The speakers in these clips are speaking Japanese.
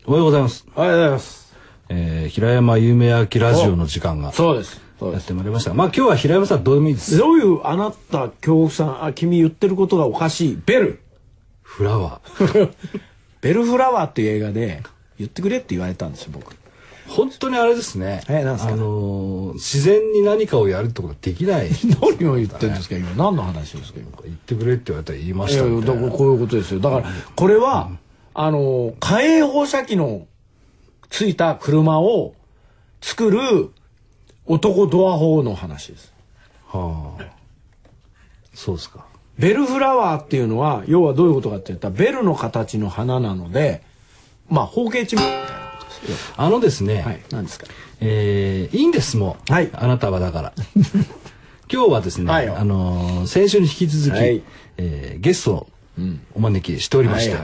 おはようございます。 おはようございます。 平山夢明ラジオの時間がそうですやってまいりました。まあ今日は平山さんどうでもいいです。 どういうあなた京極さん、君言ってることがおかしい。ベルフラワーベルフラワーっていう映画で言ってくれって言われたんですよ僕。 本当にあれですね。 なんですか。 自然に何かをやるってことができない、ね。 何を言ってるんですか今。何の話ですか今。 言ってくれって言われたら言いましたみたいな。 だからこういうことですよ。だからこれは、火炎放射器のついた車を作る男ドア法の話です。 はあ。そうですか。 ベルフラワーっていうのは要はどういうことかって言ったらベルの形の花なので、まあ包茎地みたいなことですよ。 ですね。 はい。何ですか。 いいんですもう。はい。あなたはだから。今日はですね。はい、先週に引き続き、はい、ゲストをお招きしておりまして、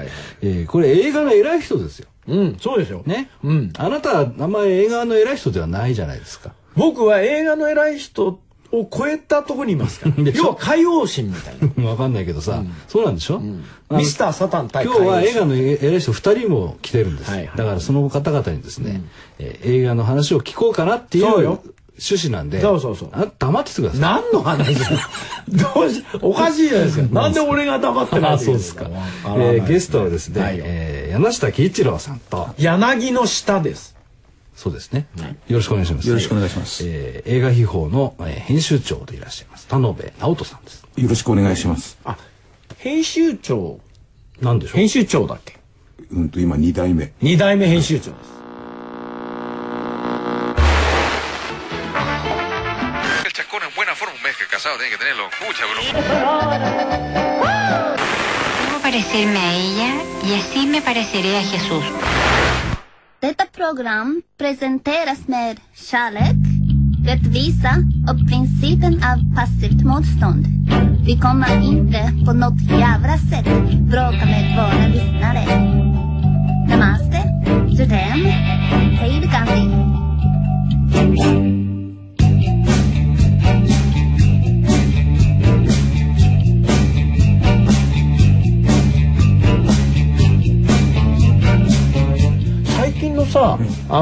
これ映画の偉い人ですよ。 そうですよ。 ね。あなたはあんまり映画の偉い人ではないじゃないですか。 僕は映画の偉い人を超えたところにいますから。要は海王神みたいな。 わかんないけどさ、そうなんでしょ。 ミスターサタン対今日は映画の偉い人2人も来てるんです。だからその方々にですね、映画の話を聞こうかなっていう趣旨なんで。 そう。 黙っててください。 何の話おかしいじゃないですか。なんで俺が黙ってないんですか。 ゲストはですね、柳下喜一郎さんと柳の下です。 そうですね。よろしくお願いします。 よろしくお願いします。 映画秘宝の編集長でいらっしゃいます田辺直人さんです。 よろしくお願いします。 編集長なんでしょう。 編集長だっけ。 今2代目編集長です。 parecerme a ella y así me pareceré a Jesús. Detta program presenteras med kärlek, rättvisa och principen av passivt motstånd. Vi kommer inte på något jävla sätt bråka med våra lyssnare. Namaste, Judem, hej Gandhi. さ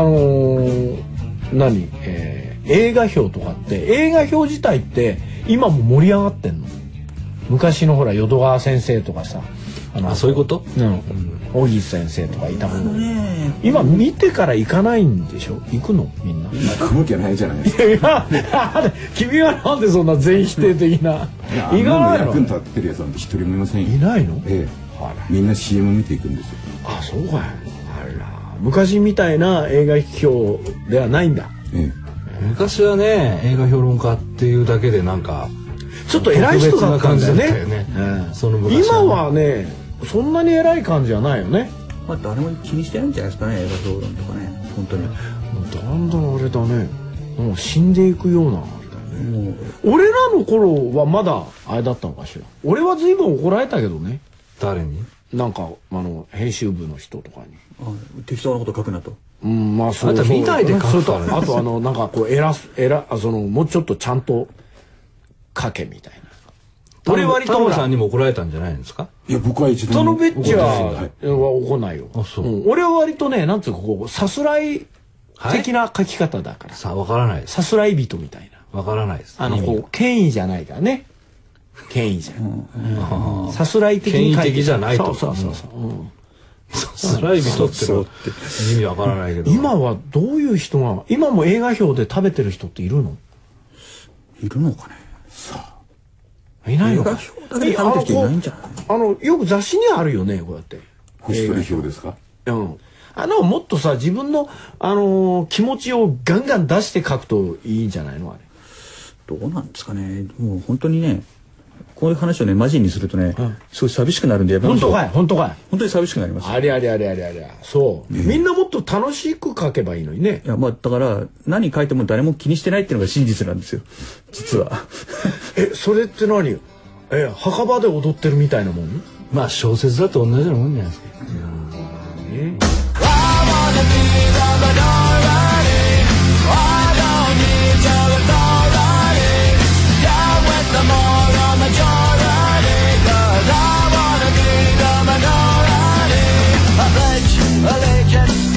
映画表とかって映画表自体って今も盛り上がってんの。昔のほら淀川先生とかさそういうこと。 大岸先生とかいたもんね。今見てから行かないんでしょ。行くのみんな。 行くわけないじゃないですか。 君はなんでそんな全否定的な。 行かないの。役に立ってるやつなんて一人もいませんよ。 いないの。 みんな CM 見ていくんですよ。 そうかい。昔みたいな映画批評ではないんだ。 昔はね映画評論家っていうだけでなんかちょっと偉い人だったんだよね。今はねそんなに偉い感じはないよね。 誰も気にしてないんじゃないですかね、映画評論とかね。本当にだんだんあれだね、もう死んでいくようなあれだね。俺らの頃はまだあれだったのかしら。俺は随分怒られたけどね。 誰に。 なんか編集部の人とかに適当なこと書くなと。 まあそう。 あと見ないで書くからね。 あとなんかこうもうちょっとちゃんと書けみたいな。 俺割と田辺さんにも怒られたんじゃないんですか。 いや僕は一度そのベッチは怒んないよ。俺は割とねなんつうかこうさすらい的な書き方だから。 わからないです。 さすらい人みたいな。 わからないです。 こう権威じゃないからね。権威じゃん。さすらい的に権威的じゃないと。 そう。 さすらい人って意味わからないけど。 今はどういう人が今も映画表で食べてる人っているの？ いるのかね。さあいないのか。 映画表だけで食べてる人いないんじゃない？ よく雑誌にあるよねこうやって。 星取り表ですか？ もっとさ自分の気持ちをガンガン出して書くといいんじゃないのあれ。 どうなんですかね。もう本当にね。こういう話をねマジにするとね、すごい寂しくなるんでやめましょう。 本当かい。 本当に寂しくなります。 ありゃ。そう。みんなもっと楽しく書けばいいのにね。 いやだから何書いても誰も気にしてないっていうのが真実なんですよ。実は。 それって何？墓場で踊ってるみたいなもん？ まあ小説だと同じようなもんじゃないですか。 Allegiance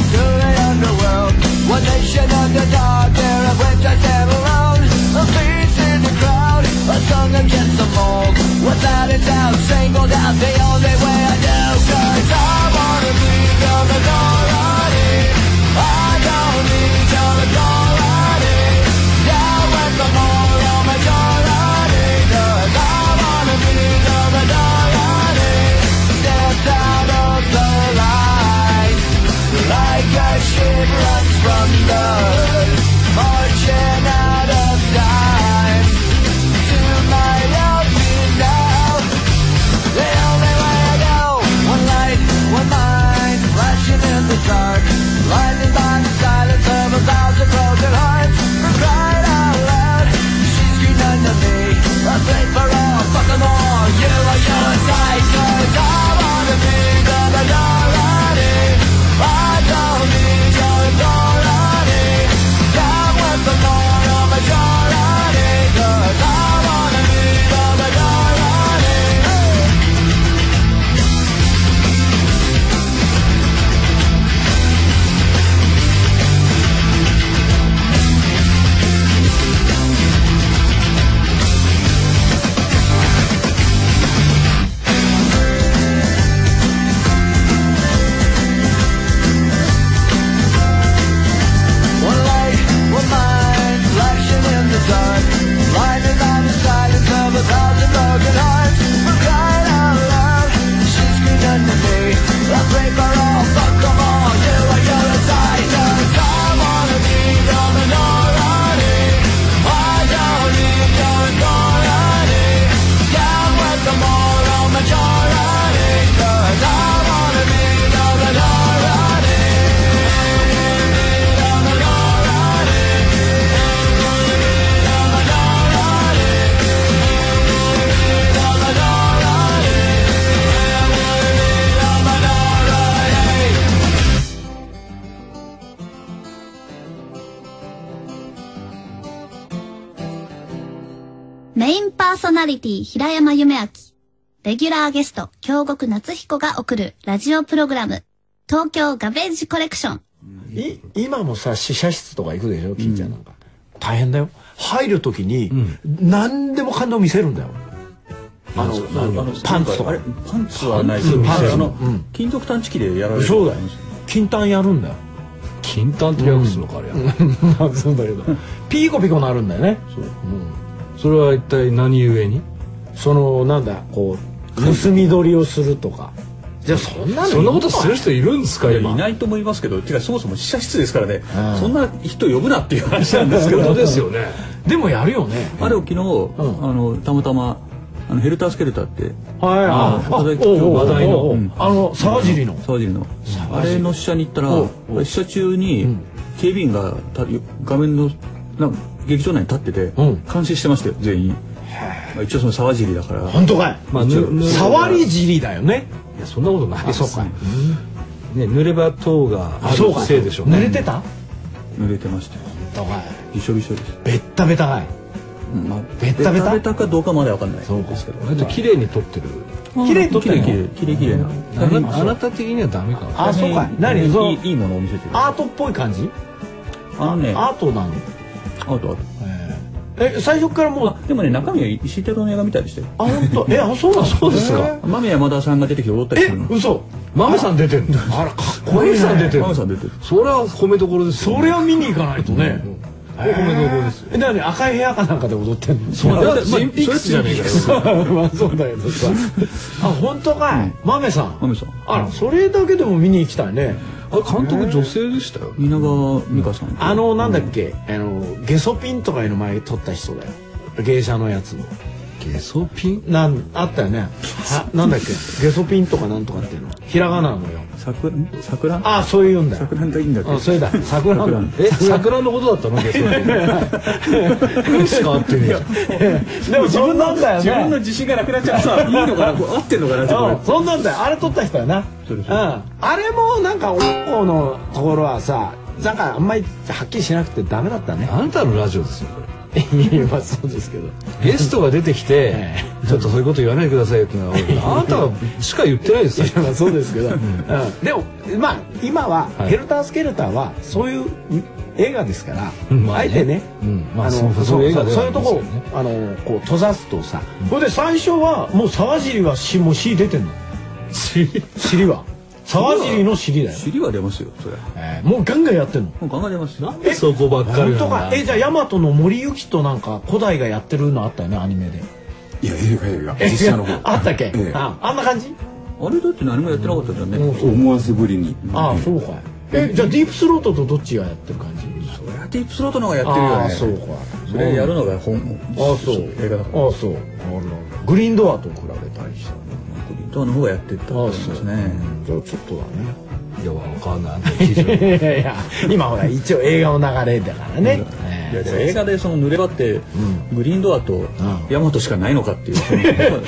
メインパーソナリティ平山夢明、レギュラーゲスト京極夏彦が送るラジオプログラム東京ガベージコレクション。 今もさ試写室とか行くでしょ、金ちゃんなんか、大変だよ。入る時に、何でも感動見せるんだよ。パンツとか、 パンツはないですよ。金属探知機でやられる。 そうだよ。金炭やるんだよ。 金炭って訳すのかあれや。 まあそうだけど、ピーコピコなるんだよね。 それは一体何故に？ そのなんだこう盗み取りをするとか。じゃあそんなことする人いるんですか今？ いないと思いますけど、てかそもそも試写室ですからね。そんな人呼ぶなっていう話なんですけど。 本当ですよね。 でもやるよね。 あれを昨日たまたまヘルタースケルターって話題の沢尻のあれの試写に行ったら、試写中に警備員が画面の劇場内に立ってて監視してましたよ全員。一応その沢尻だから。 本当かい。沢尻だよね。 いやそんなことないです。 そうか。 ね濡れ場等があるせいでしょうね。 濡れてた？ 濡れてましたよ。びしょびしょです。 ベッタベタかい。 ベッタベタかどうかまでわかんないですけど。 綺麗に撮ってる。 綺麗に撮ってる。綺麗な。 あなた的にはダメかな。 あ、そうか。何？ いいものを見せてる。 アートっぽい感じ？アートなの？ アート。 最初からもうでもね中身は石手の映画みたいでしたよ。 あ本当。そうなんそうですか。 豆山田さんが出てきて踊ったりするの。 嘘。 豆さん出てる。 あらかっこいい。 豆さん出てる。 それは褒めどころです。 それは見に行かないとね。 褒めどころです。 何赤い部屋かなんかで踊ってんの？ それはツインピックスじゃねえかよ。 まあそうだけどさ。あ本当かい。豆さん。あらそれだけでも見に行きたいね。 あれ監督女性でしたよ。 蜷川美香さん。 なんだっけゲソピンとかいうの前撮った人だよ。芸者のやつの。 ゲソピン？ あったよね。なんだっけゲソピンとかなんとかっていうの。ひらがなのよ。 桜？ あそういうんだよ。 桜でいいんだっけ？ それだ。桜のことだったのゲソピン。変わってねえ。でも自分なんだよね。 自分の自信がなくなっちゃうさ。いいのかな？合ってんのかな？ そんなんだよ。あれ撮った人やな。あれもなんか男のところはさ、なんかあんまりはっきりしなくてダメだったね。 あんたのラジオですよこれ。 まあそうですけど。 ゲストが出てきてちょっとそういうこと言わないでくださいってのはあんたしか言ってないですよ。 まあそうですけど。でもまあ今はヘルタースケルターはそういう映画ですから、あえてね、そういうとここう閉ざすとさ、これで最初はもう沢尻はもう尻出てんの。尻は沢尻の尻だよ。 尻は出ますよそれ。 もうガンガンやってんの。 もうガンガン出ます。 なんでそこばっかりとか。じゃあ大和の森行となんか古代がやってるのあったよねアニメで。 いや映画実写の方。 あったっけ？あんな感じ？ あれだって何もやってなかったじゃんね。 思わせぶりに。 あそうかい。じゃあディープスロートとどっちがやってる感じ？ そりゃディープスロートの方がやってるよね。 あそうか。 それやるのがそう映画だから。 そう。グリーンドアと比べたりしたね。 グリーンドアの方がやってたと思いますね。 じゃあちょっとだね。 いやわかんない。 いや今ほら一応映画の流れだからね。 いや映画でその濡れ場ってグリーンドアとヤマトしかないのかっていう。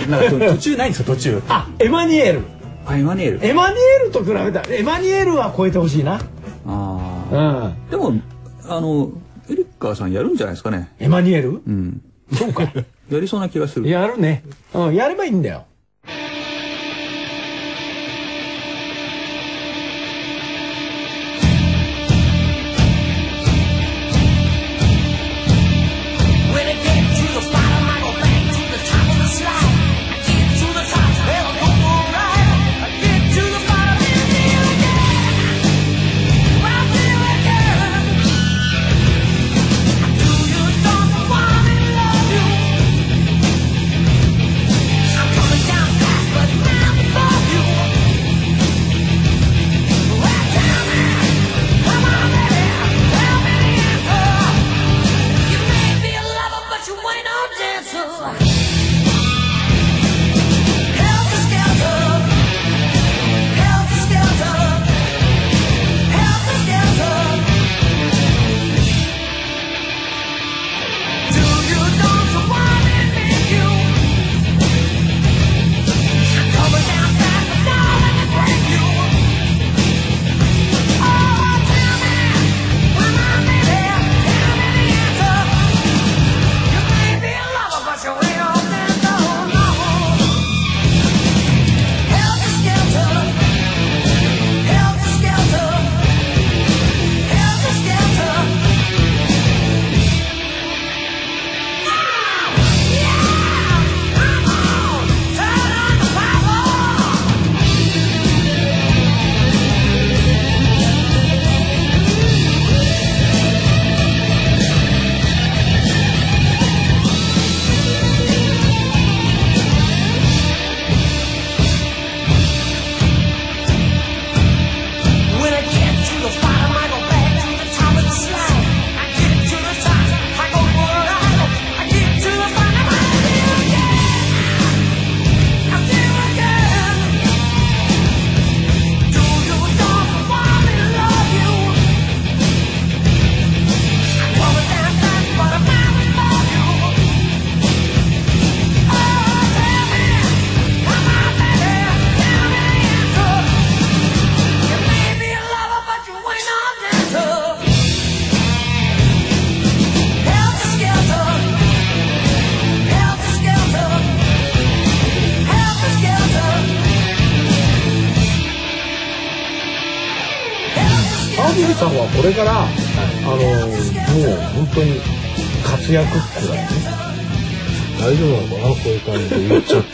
なんか途中ないんですよ途中。 エマニュエル。 エマニュエル。 エマニュエルと比べたらエマニュエルは超えてほしいな。 でもエリッカーさんやるんじゃないですかね。 エマニュエル？そうか。 やりそうな気がする。 やるね。やればいいんだよ。 Coming 尻さんはこれから、もう本当に活躍っ子だよね。 大丈夫なのかな、こういう感じで言っちゃって。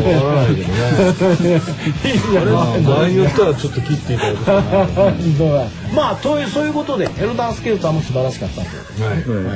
わからないけどね。場合によってはちょっと切っていただくかな。 まあそういうことでヘルタースケルターも素晴らしかったということですね。はい。そうです。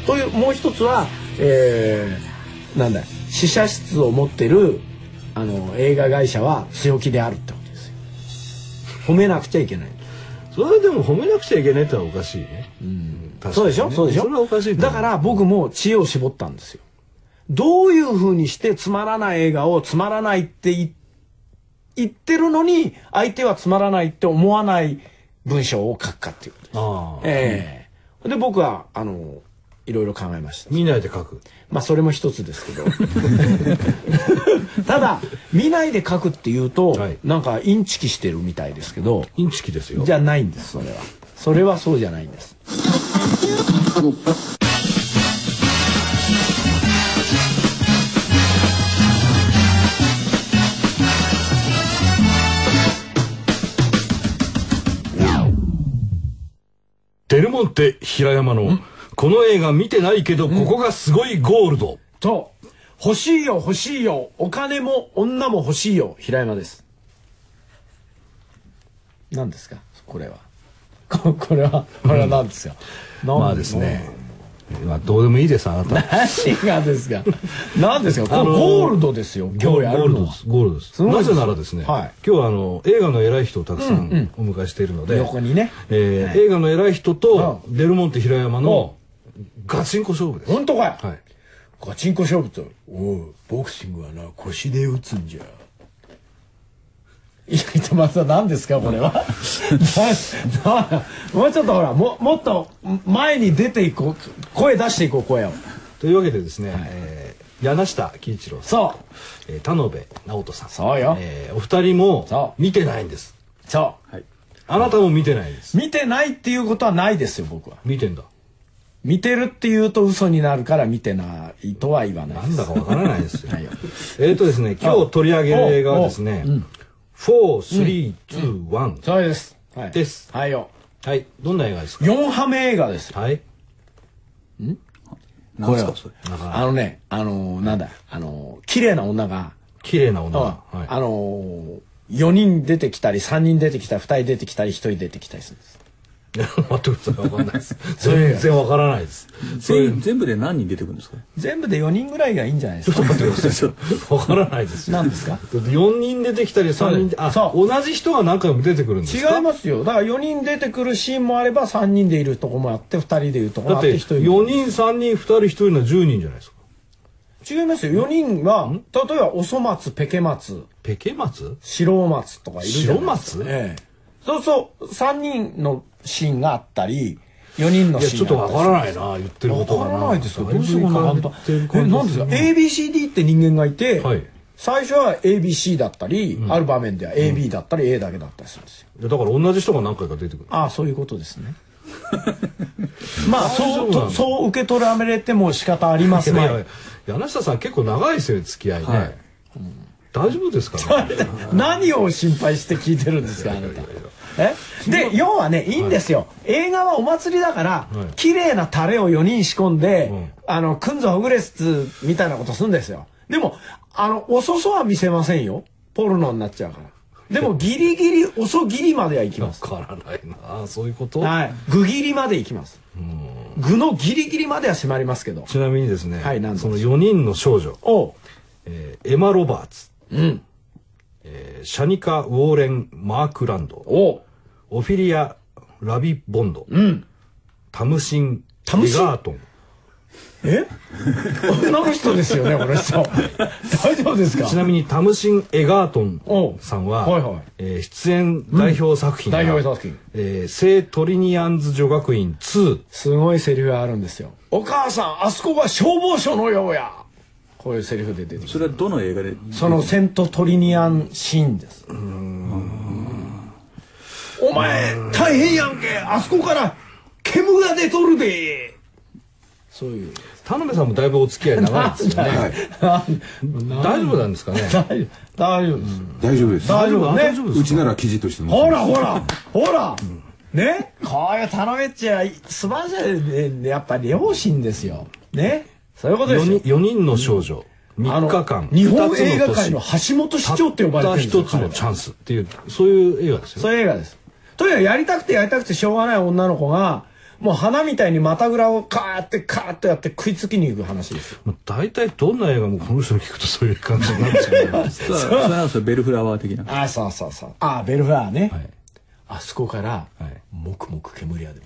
というもう一つは、なんだ試写室を持ってる映画会社は強気であるってことですよ。褒めなくちゃいけない。 それでも褒めなくちゃいけないってのはおかしいね。 そうでしょ、そうでしょ。 それはおかしい。 だから僕も知恵を絞ったんですよ。どういうふうにしてつまらない映画をつまらないって言ってるのに相手はつまらないって思わない文章を書くかっていうことです。で僕はいろいろ考えました。 見ないで書く。 まあそれも一つですけどただ見ないで書くっていうと、なんかインチキしてるみたいですけど、 インチキですよ。 じゃないんです。それはそうじゃないんです。 デルモンテ平山のこの映画見てないけどここがすごいゴールド。 そう欲しいよ欲しいよ、お金も女も欲しいよ、平山です。何ですかこれは。これは何ですか。 まあですね、まあどうでもいいです。あなた何がですか。何ですか。ゴールドですよ。今日やるのはゴールドです。なぜならですね、今日は映画の偉い人をたくさんお迎えしているので、 横にね、 映画の偉い人とデルモンテ平山のガチンコ勝負です。 本当かよ。 はい。 ガチンコ勝負と、ボクシングはな腰で打つんじゃ。いやまた何ですかこれは。もうちょっとほらもっと前に出ていこう、声出していこう、声を。 というわけでですね、柳下喜一郎さん、 そう田辺直人さん、 そうよ、 お二人も見てないんです。 そう、 あなたも見てないんです。 見てないっていうことはないですよ。僕は見てんだ。 見てるっていうと嘘になるから見てないとは言わないです。 なんだかわからないですよ。ですね、今日取り上げる映画はですね、4、3、2、1。 そうです。 です。 はいよ。 はい。どんな映画ですか。 4ハメ映画です。 はい。 これはなんだ、綺麗な女が。 綺麗な女が。 4人出てきたり、3人出てきたり、2人出てきたり、1人出てきたりするんです。 待ってください。わかんないです。全然わからないです。 全部で何人出てくるんですか。 全部で4人ぐらいがいいんじゃないですか。 ちょっと待ってください。わからないです。 何ですか。 4人出てきたり3人同じ人が何回も出てくるんですか。 違いますよ。だから4人出てくるシーンもあれば3人でいるとこもあって、2人でいるとこもあって、1人。 4人3人2人1人の10人じゃないですか。 違いますよ。4人は例えばおそ松、ペケ松、白松とかいるじゃないですか。白松。そう3人のシーンがあったり、4人のシーンがあったり。 ちょっとわからないな、言ってることが。 わからないですか。どうしてかなんですか。ABCD って人間がいて、最初は ABC だったり、ある場面では AB だったり A だけだったりするんですよ。 だから同じ人が何回か出てくる。 ああ、そういうことですね。まあそう受け取られても仕方ありますね。 柳下さん結構長いですよ、付き合いね。大丈夫ですか。 何を心配して聞いてるんですか、あなた。で要はね、いいんですよ。映画はお祭りだから綺麗なタレを4人仕込んでくんぞほぐれつみたいなことするんですよ。でも遅そは見せませんよ。ポルノになっちゃうから。でもギリギリ遅ギリまでは行きます。 わからないな、そういうこと。 はい、具切りまで行きます。具のギリギリまでは迫りますけど。 ちなみにですね、その4人の少女、エマ・ロバーツ、シャニカ・ウォーレン・マークランド、オフィリア・ラビ・ボンド、タムシン・エガートン。 女の人ですよね、この人。大丈夫ですか。 ちなみにタムシン・エガートンさんは出演代表作品が聖トリニアンズ女学院2。 すごいセリフがあるんですよ。お母さん、あそこは消防署のようや。こういうセリフで出てきて。 それはどの映画で。 そのセントトリニアンシーンです。お前大変やんけ、あそこから煙が出とるで。そういう。 田辺さんもだいぶお付き合い長いですよね。大丈夫なんですかね。 大丈夫です。 大丈夫です。 大丈夫ね。 うちなら記事としてほらほらほらね、こういう田辺っちは素晴らしいやっぱり両親ですよね。そういうことですよ。 4人の少女3日間日本映画界の橋本市長って呼ばれてるんですよ。 一つのチャンスっていうそういう映画ですよ。 そういう映画です。とにかくやりたくてしょうがない女の子がもう花みたいに股ぐらをカーッとやって食いつきに行く話ですよ。 大体どんな映画もこの人に聞くとそういう感じになるんですよね。 それなんですよ、ベルフラワー的な。 そう。ベルフラワーね。あそこからもくもく煙が出ます。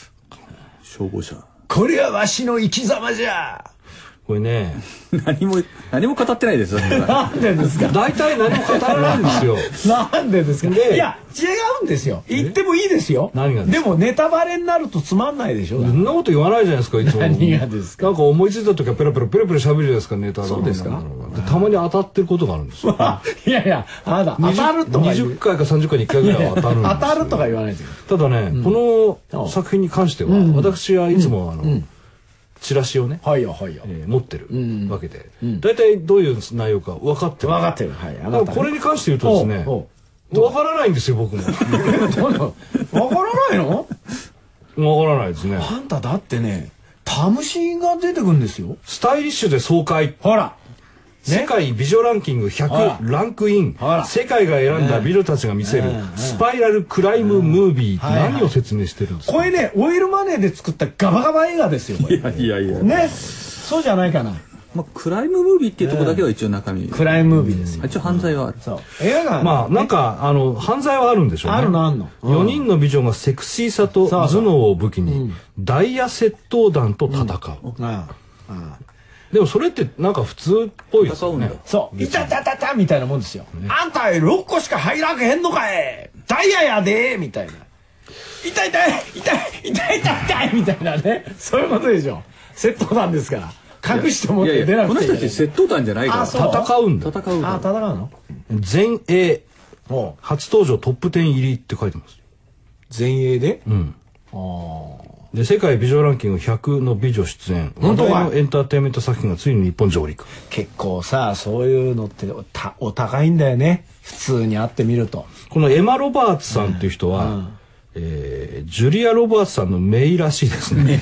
消防車。 これはわしの生き様じゃ。 これね、 何も語ってないですよ。 なんでですか。 大体何も語らないんですよ。 なんでですか。いや違うんですよ。言ってもいいですよ。 何がですか。 でもネタバレになるとつまんないでしょ。 そんなこと言わないじゃないですかいつも。 何がですか。 なんか思いついた時はペラペラ喋るじゃないですかネタ。 そうですか。 たまに当たってることがあるんですよ。 いや当たるとか 20回か30回に1回ぐらいは当たるんですよ。 当たるとか言わないで。 ただね、この作品に関しては私はいつもチラシをね持ってるわけで、大体どういう内容か分かってる。これに関して言うとですね、分からないんですよ僕も。分からないの？ 分からないですね。 あんただってね、タムシが出てくるんですよ。 スタイリッシュで爽快。 ほら。 世界美女ランキング100ランクイン。世界が選んだ美女たちが見せるスパイラルクライムムービー。何を説明してるんですか。 これね、オイルマネーで作ったガバガバ映画ですよ。 いやね、そうじゃないかな。 クライムムービーっていうところだけは一応中身。 クライムムービーですよ。 一応犯罪はある。 映画がなんか犯罪はあるんでしょうね。 あるの。 4人の美女がセクシーさと頭脳を武器にダイヤ窃盗団と戦う。でもそれってなんか普通っぽいですよね。 そう。いたみたいなもんですよ。あんた6個しか入らへんのかい。ダイヤやでみたいな。痛いみたいなね。そういうことでしょ。窃盗団ですから。隠してもって出なくて。 この人たち窃盗団じゃないから。 戦うんだ。 戦うの？ 全英初登場トップ10入りって書いてます。 全英で？ で世界美女ランキング100の美女出演。話題のエンターテインメント作品がついに日本上陸。 結構さ、そういうのってお高いんだよね。普通に会ってみると。 このエマ・ロバーツさんっていう人は、ジュリア・ロバーツさんの姪らしいですね。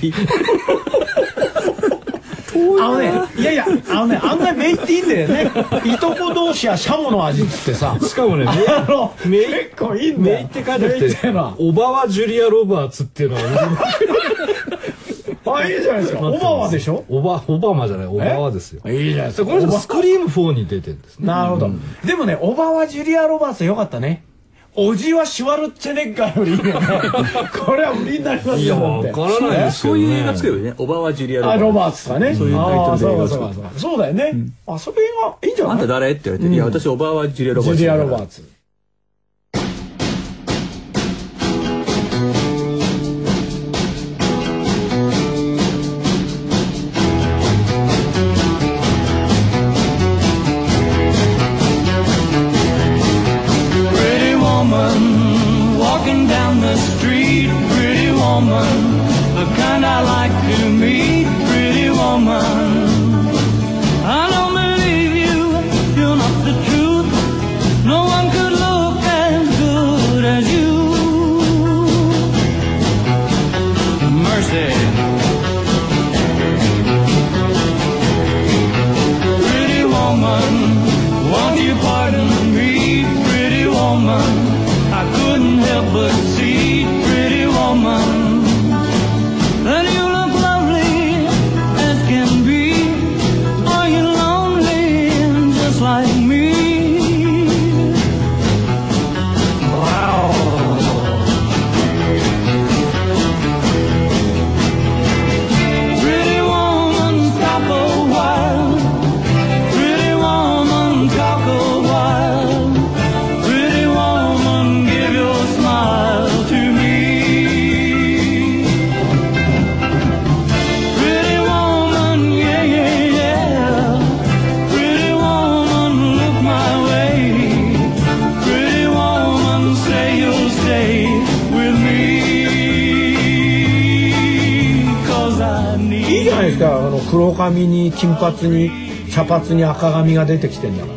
案外姪っていいんだよね。いとこ同士はシャモの味っつってさ。 しかもね、結構いいんだよ。 姪って書いてあって、おばはジュリア・ロバーツっていうのは。 いいじゃないですか。オバマでしょ。 オバマじゃない、オバワですよ。 いいじゃないですか。 この人スクリーム4に出てるんですね。 なるほど。でもね、オバはジュリア・ロバーツよかったね。おじはシュワルツェネッガーよりいいよね。これは売りになりますよ。 いや、わからないですよね。 そういう映画作るよね。オバはジュリア・ロバーツかね。 そういうタイトルで映画作る。 そうだよね。それがいいんじゃない？ あんた誰って言われて、いや、私オバはジュリア・ロバーツ。 ジュリア・ロバーツ。 Walking down the street, pretty woman, the kind I like to meet, pretty woman. I don't believe you, you're not the truth. No one could look as good as you. Mercy. Pretty woman, won't you pardon me, pretty woman? I couldn't help but see, pretty woman, that you look lovely as can be. Are you lonely just like me? Wow. Pretty woman, stop a while. Pretty woman, talk a while. Pretty woman, give your smile to me. 黒髪に金髪に茶髪に赤髪が出てきてんだから。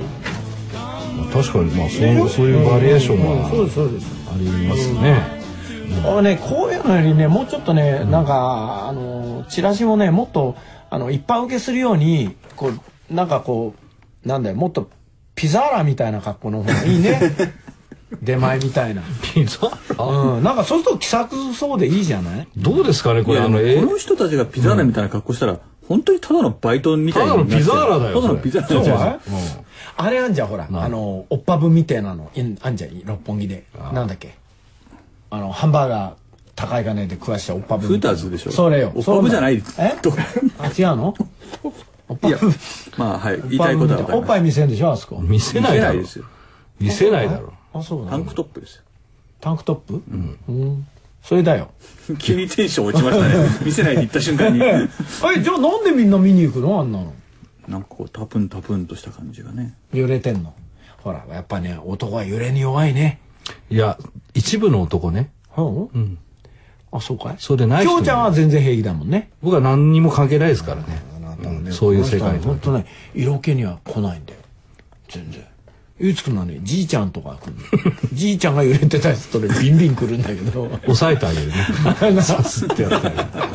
確かにまあそういうバリエーションはそうですありますね。 こういうのよりねもうちょっとね、なんかチラシもねもっと一般受けするようにこうなんかこうなんだよもっとピザーラみたいな格好の方がいいね。出前みたいな。 ピザーラ？ なんかそうすると気さくそうでいいじゃない？ どうですかねこれこの人たちがピザーラみたいな格好したら、本当にただのバイトみたいな。 ただのピザーラだよ。 ただのピザーラじゃん。 あれあんじゃんほらおっぱぶみたいなのあんじゃん六本木でなんだっけハンバーガー高い金で食わしたおっぱぶ。 フーターズでしょ。 それよ。 おっぱぶじゃない。 違うの？おっぱぶ。 まあはい言いたいことは分かります。 おっぱい見せんでしょあそこ。 見せないだろ。 ですよ。 見せないだろ。 あそうなの。 タンクトップですよ。 タンクトップ？それだよ。 急にテンション落ちましたね。見せないで言った瞬間に。 じゃあなんでみんな見に行くのあんなの。 なんかこうタプンタプンとした感じがね。 揺れてんの。ほらやっぱね男は揺れに弱いね。 いや一部の男ね。 あそうかい。 そうでない人。 きょうちゃんは全然平気だもんね。 僕は何にも関係ないですからね。そういう世界に。 本当ね色気には来ないんだよ。全然。ゆうつくんはねじいちゃんとか来るじいちゃんが揺れてたやつとねビンビン来るんだけど抑えてあげるね。さすってやったり。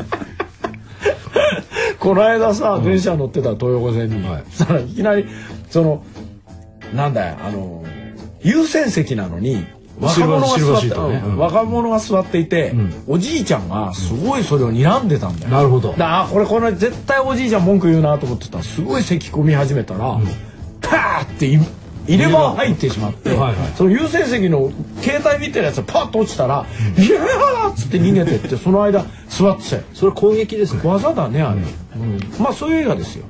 この間さ電車乗ってた東横線に、そしたらいきなりなんだよ優先席なのに若者が座っていて、おじいちゃんがすごいそれを睨んでたんだよ。 なるほど。 これ絶対おじいちゃん文句言うなと思ってたらすごい咳込み始めたら、パーって入れ歯入ってしまって、その優先席の携帯見てるやつがパッと落ちたら「いやー!」っつって逃げてってその間座ってたよ。 それ攻撃ですね。 技だねあれ。まあそういう映画ですよ。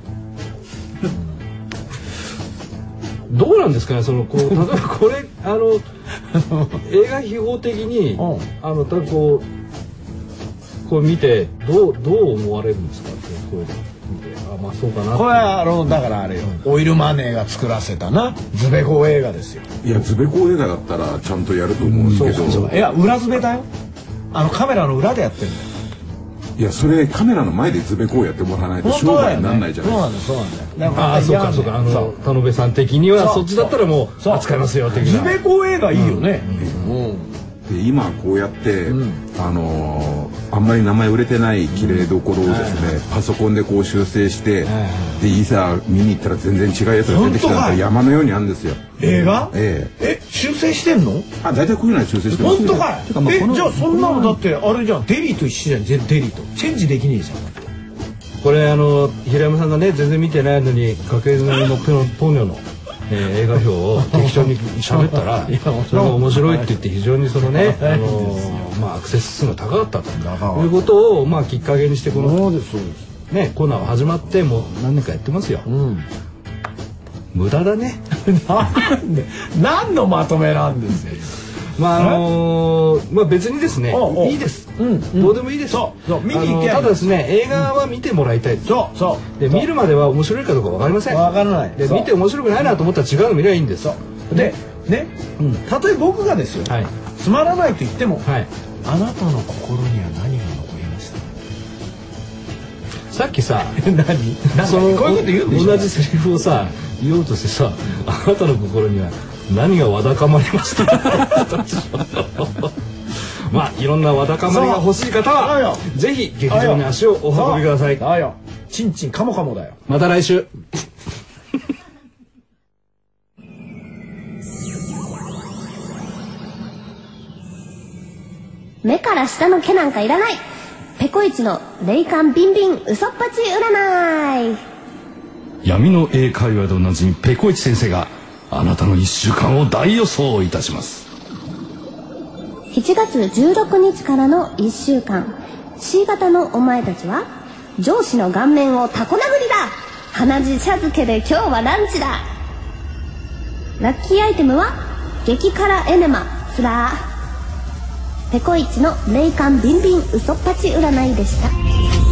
どうなんですかね例えばこれ映画秘宝的に多分こう見てどう思われるんですかってこれで。まあそうかな。 これはだからあれよ、オイルマネーが作らせたなズベコ映画ですよ。 いやズベコ映画だったらちゃんとやると思うんですけど、 いや裏ズベだよ。カメラの裏でやってるんだよ。 いやそれカメラの前でズベコをやってもらわないと商売にならないじゃないですか。 そうなんだよ。 そうか田辺さん的にはそっちだったらもう扱いますよ的な。 ズベコ映画いいよね。 で今こうやってあんまり名前売れてない綺麗どころをですねパソコンでこう修正してでいざ見に行ったら全然違うやつが出てきたら山のようにあるんですよ。 映画？修正してんの？ 大体こういうのは修正してます。 本当かい？じゃあそんなのだってあれじゃんデリーと一緒じゃん。デリーとチェンジできねえじゃん。 これ平山さんがね全然見てないのに家系のポニョの映画表を適当に喋ったらそれが面白いって言って非常にアクセス数が高かったということをきっかけにしてこのコーナーが始まってもう何年かやってますよ。無駄だね。 何のまとめなんですよ。 別にですねいいです。どうでもいいです。 見に行け。 ただですね映画は見てもらいたい。で見るまでは面白いかどうかわかりません。 わからない。 で見て面白くないなと思ったら違うの見りゃいいんです。 でねたとえ僕がですよつまらないと言ってもあなたの心には何が残りました。 さっきさこういうこと言うんでしょ。 同じセリフをさ言おうとしてさあなたの心には何がわだかまりましたいろんなわだかまりが欲しい方はぜひ劇場に足をお運びください。 チンチンカモカモだよ。 また来週。 目から下の毛なんかいらない。ペコイチの霊感ビンビン嘘っぱち占い。 闇の英会話でおなじみペコイチ先生があなたの1週間を大予想いたします。 7月16日からの1週間 C 型のお前たちは上司の顔面をタコ殴りだ。鼻血茶漬けで今日はランチだ。ラッキーアイテムは激辛エネマスラー。ペコイチの霊感ビンビン嘘っぱち占いでした。